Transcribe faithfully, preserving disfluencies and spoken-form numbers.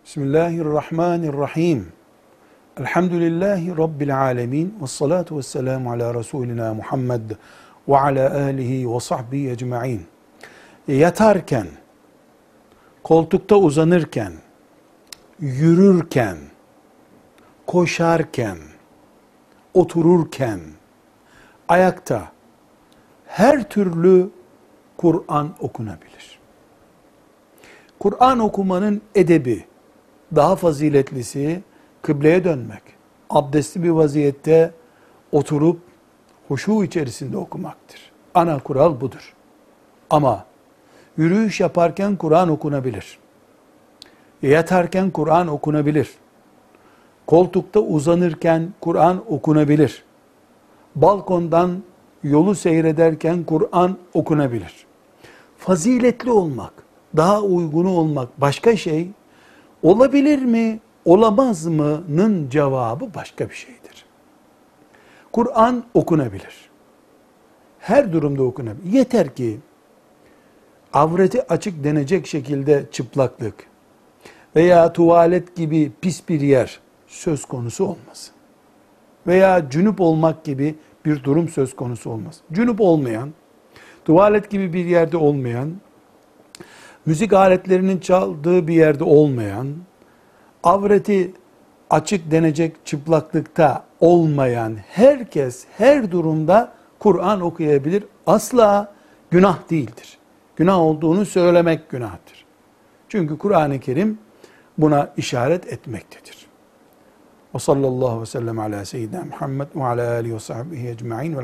Bismillahirrahmanirrahim. Elhamdülillahi Rabbil alemin. Ve salatu ve selamu ala Resulina Muhammed ve ala alihi ve sahbihi ecma'in. Yatarken, koltukta uzanırken, yürürken, koşarken, otururken, ayakta her türlü Kur'an okunabilir. Kur'an okumanın edebi, daha faziletlisi kıbleye dönmek, abdestli bir vaziyette oturup huşu içerisinde okumaktır. Ana kural budur. Ama yürüyüş yaparken Kur'an okunabilir. Yatarken Kur'an okunabilir. Koltukta uzanırken Kur'an okunabilir. Balkondan yolu seyrederken Kur'an okunabilir. Faziletli olmak, daha uygunu olmak başka şey, olabilir mi, olamaz mı'nın cevabı başka bir şeydir. Kur'an okunabilir. Her durumda okunabilir. Yeter ki avreti açık denecek şekilde çıplaklık veya tuvalet gibi pis bir yer söz konusu olmasın. Veya cünüp olmak gibi bir durum söz konusu olmaz. Cünüp olmayan, tuvalet gibi bir yerde olmayan, müzik aletlerinin çaldığı bir yerde olmayan, avreti açık denecek çıplaklıkta olmayan herkes her durumda Kur'an okuyabilir. Asla günah değildir. Günah olduğunu söylemek günahtır. Çünkü Kur'an-ı Kerim buna işaret etmektedir. Ve sallallahu aleyhi ve sellem ala seyyidina Muhammed ve ala alihi ve sahbihi ecma'in.